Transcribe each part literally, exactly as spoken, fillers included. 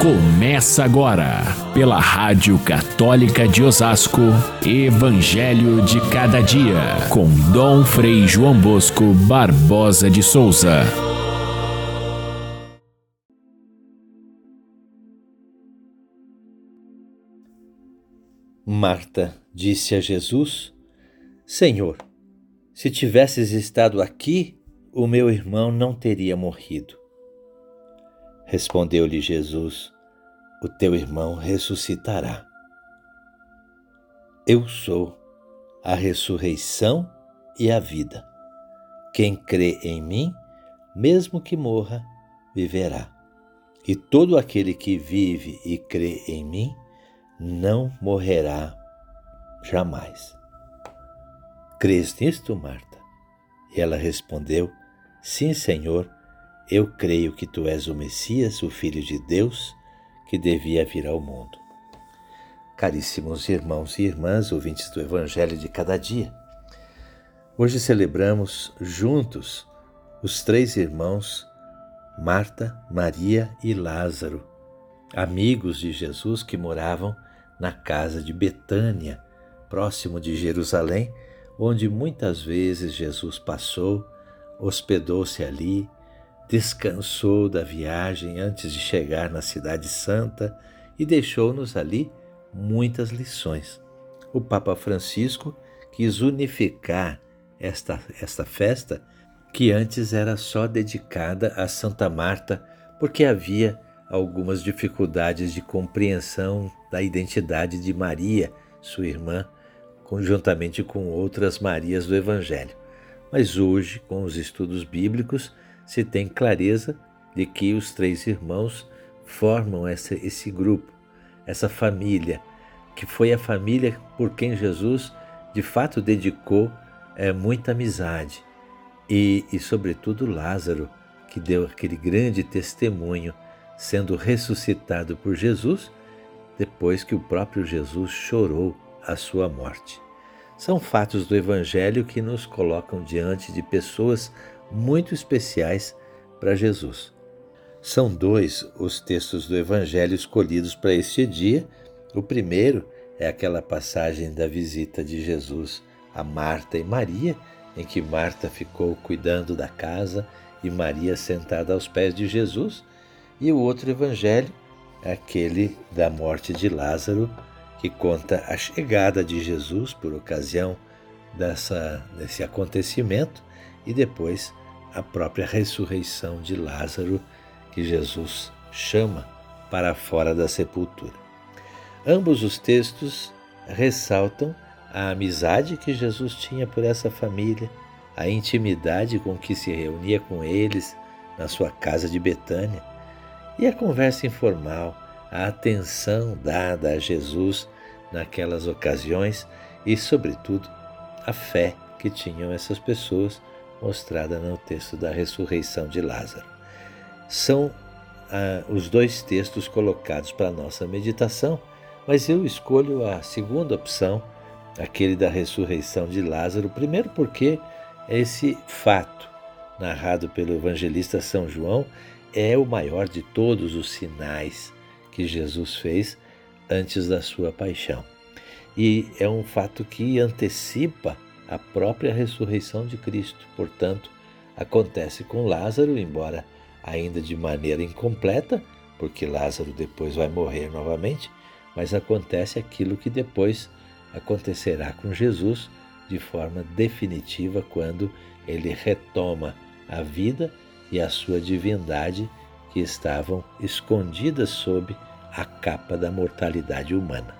Começa agora, pela Rádio Católica de Osasco, Evangelho de Cada Dia, com Dom Frei João Bosco Barbosa de Souza. Marta disse a Jesus: Senhor, se tivesses estado aqui, o meu irmão não teria morrido. Respondeu-lhe Jesus: o teu irmão ressuscitará. Eu sou a ressurreição e a vida. Quem crê em mim, mesmo que morra, viverá. E todo aquele que vive e crê em mim, não morrerá jamais. Crês nisto, Marta? E ela respondeu: Sim, Senhor, eu creio que tu és o Messias, o Filho de Deus, que devia vir ao mundo. Caríssimos irmãos e irmãs, ouvintes do Evangelho de Cada Dia, hoje celebramos juntos os três irmãos, Marta, Maria e Lázaro, amigos de Jesus que moravam na casa de Betânia, próximo de Jerusalém, onde muitas vezes Jesus passou, hospedou-se ali, descansou da viagem antes de chegar na Cidade Santa e deixou-nos ali muitas lições. O Papa Francisco quis unificar esta, esta festa, que antes era só dedicada a Santa Marta, porque havia algumas dificuldades de compreensão da identidade de Maria, sua irmã, conjuntamente com outras Marias do Evangelho. Mas hoje, com os estudos bíblicos, se tem clareza de que os três irmãos formam essa, esse grupo, essa família, que foi a família por quem Jesus, de fato, dedicou é, muita amizade. E, e, sobretudo, Lázaro, que deu aquele grande testemunho, sendo ressuscitado por Jesus, depois que o próprio Jesus chorou a sua morte. São fatos do Evangelho que nos colocam diante de pessoas muito especiais para Jesus. São dois os textos do Evangelho escolhidos para este dia. O primeiro é aquela passagem da visita de Jesus a Marta e Maria, em que Marta ficou cuidando da casa e Maria sentada aos pés de Jesus. E o outro evangelho é aquele da morte de Lázaro, que conta a chegada de Jesus por ocasião dessa, desse acontecimento e depois a própria ressurreição de Lázaro, que Jesus chama para fora da sepultura. Ambos os textos ressaltam a amizade que Jesus tinha por essa família, a intimidade com que se reunia com eles na sua casa de Betânia, e a conversa informal, a atenção dada a Jesus naquelas ocasiões e, sobretudo, a fé que tinham essas pessoas, mostrada no texto da ressurreição de Lázaro. São ah, os dois textos colocados para a nossa meditação, mas eu escolho a segunda opção, aquele da ressurreição de Lázaro, primeiro porque esse fato, narrado pelo evangelista São João, é o maior de todos os sinais que Jesus fez antes da sua paixão. E é um fato que antecipa a própria ressurreição de Cristo. Portanto, acontece com Lázaro, embora ainda de maneira incompleta, porque Lázaro depois vai morrer novamente, mas acontece aquilo que depois acontecerá com Jesus de forma definitiva quando ele retoma a vida e a sua divindade, que estavam escondidas sob a capa da mortalidade humana.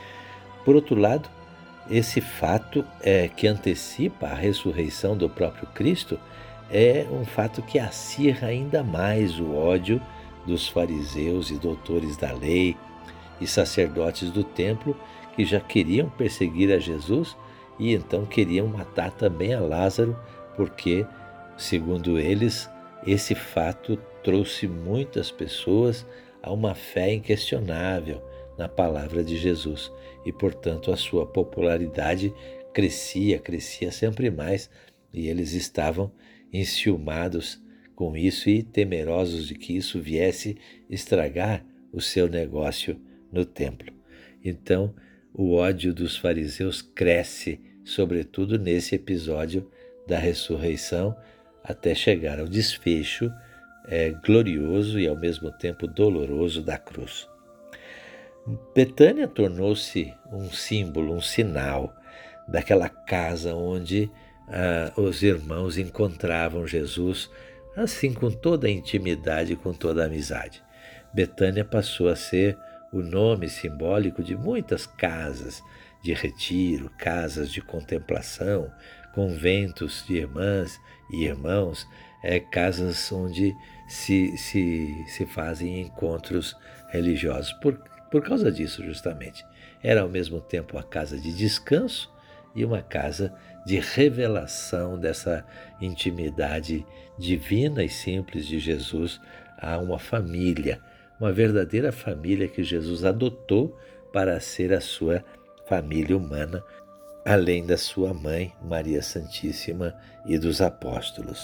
Por outro lado, esse fato é, que antecipa a ressurreição do próprio Cristo é um fato que acirra ainda mais o ódio dos fariseus e doutores da lei e sacerdotes do templo, que já queriam perseguir a Jesus e então queriam matar também a Lázaro, porque, segundo eles, esse fato trouxe muitas pessoas a uma fé inquestionável na palavra de Jesus e, portanto, a sua popularidade crescia, crescia sempre mais, e eles estavam enciumados com isso e temerosos de que isso viesse estragar o seu negócio no templo. Então, o ódio dos fariseus cresce, sobretudo nesse episódio da ressurreição, até chegar ao desfecho é, glorioso e ao mesmo tempo doloroso da cruz. Betânia tornou-se um símbolo, um sinal daquela casa onde ah, os irmãos encontravam Jesus, assim com toda a intimidade, com toda a amizade. Betânia passou a ser o nome simbólico de muitas casas de retiro, casas de contemplação, conventos de irmãs e irmãos, é, casas onde se, se, se fazem encontros religiosos. Por, por causa disso, justamente. Era ao mesmo tempo a casa de descanso e uma casa de revelação dessa intimidade divina e simples de Jesus a uma família, uma verdadeira família que Jesus adotou para ser a sua família humana, além da sua mãe, Maria Santíssima, e dos apóstolos.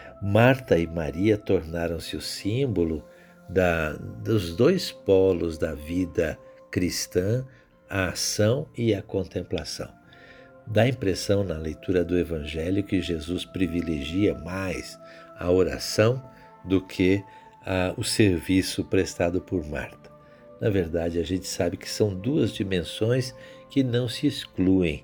Marta e Maria tornaram-se o símbolo da, dos dois polos da vida cristã, a ação e a contemplação. Dá a impressão na leitura do Evangelho que Jesus privilegia mais a oração do que a, o serviço prestado por Marta. Na verdade, a gente sabe que são duas dimensões que não se excluem.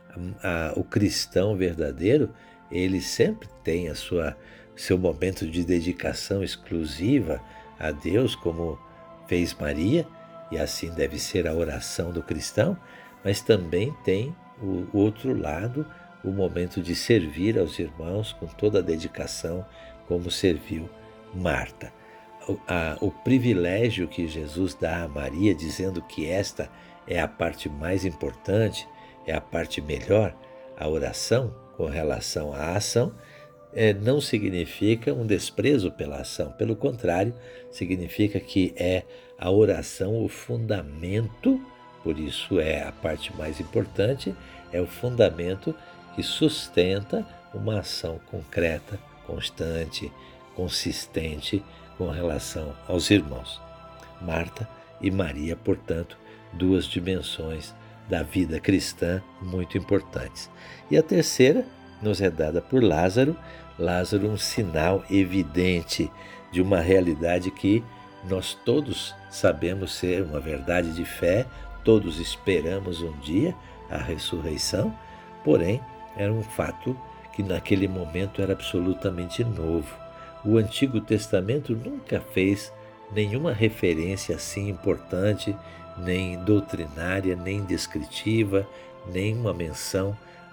A, a, o cristão verdadeiro, ele sempre tem a sua, seu momento de dedicação exclusiva a Deus, como fez Maria, e assim deve ser a oração do cristão, mas também tem o outro lado, o momento de servir aos irmãos com toda a dedicação, como serviu Marta. O, a, o privilégio que Jesus dá a Maria, dizendo que esta é a parte mais importante, é a parte melhor, a oração com relação à ação, é, não significa um desprezo pela ação. Pelo contrário, significa que é a oração o fundamento. Por isso é a parte mais importante, é o fundamento que sustenta uma ação concreta, constante, consistente com relação aos irmãos. Marta e Maria, portanto, duas dimensões da vida cristã muito importantes. E a terceira nos é dada por Lázaro, Lázaro um sinal evidente de uma realidade que nós todos sabemos ser uma verdade de fé, todos esperamos um dia a ressurreição, porém era um fato que naquele momento era absolutamente novo. O Antigo Testamento nunca fez nenhuma referência assim importante, nem doutrinária, nem descritiva, nem uma menção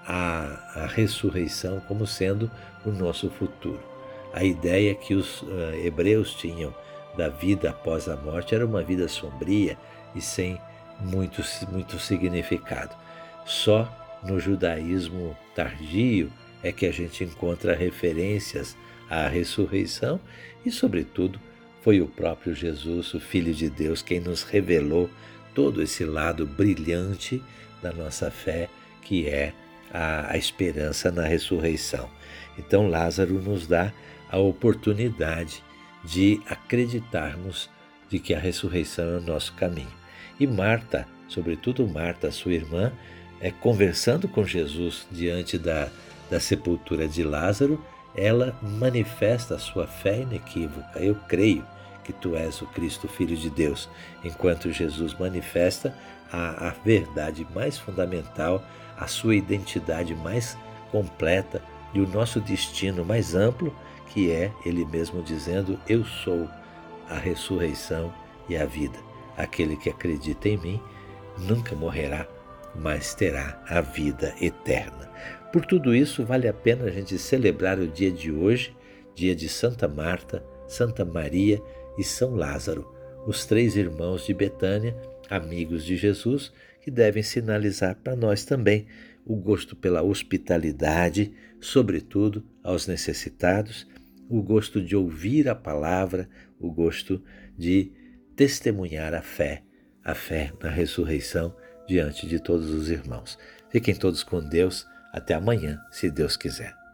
à, à ressurreição como sendo o nosso futuro. A ideia que os uh, hebreus tinham da vida após a morte era uma vida sombria e sem muito, muito significado. Só no judaísmo tardio é que a gente encontra referências à ressurreição e, sobretudo, foi o próprio Jesus, o Filho de Deus, quem nos revelou todo esse lado brilhante da nossa fé, que é a, a esperança na ressurreição. Então, Lázaro nos dá a oportunidade de acreditarmos de que a ressurreição é o nosso caminho. E Marta, sobretudo Marta, sua irmã, é, conversando com Jesus diante da, da sepultura de Lázaro, ela manifesta a sua fé inequívoca. Eu creio que tu és o Cristo, Filho de Deus, enquanto Jesus manifesta a, a verdade mais fundamental, a sua identidade mais completa e o nosso destino mais amplo, que é ele mesmo dizendo: eu sou a ressurreição e a vida. Aquele que acredita em mim nunca morrerá, mas terá a vida eterna. Por tudo isso, vale a pena a gente celebrar o dia de hoje, dia de Santa Marta, Santa Maria e São Lázaro, os três irmãos de Betânia, amigos de Jesus, que devem sinalizar para nós também o gosto pela hospitalidade, sobretudo aos necessitados, o gosto de ouvir a palavra, o gosto de testemunhar a fé, a fé na ressurreição diante de todos os irmãos. Fiquem todos com Deus. Até amanhã, se Deus quiser.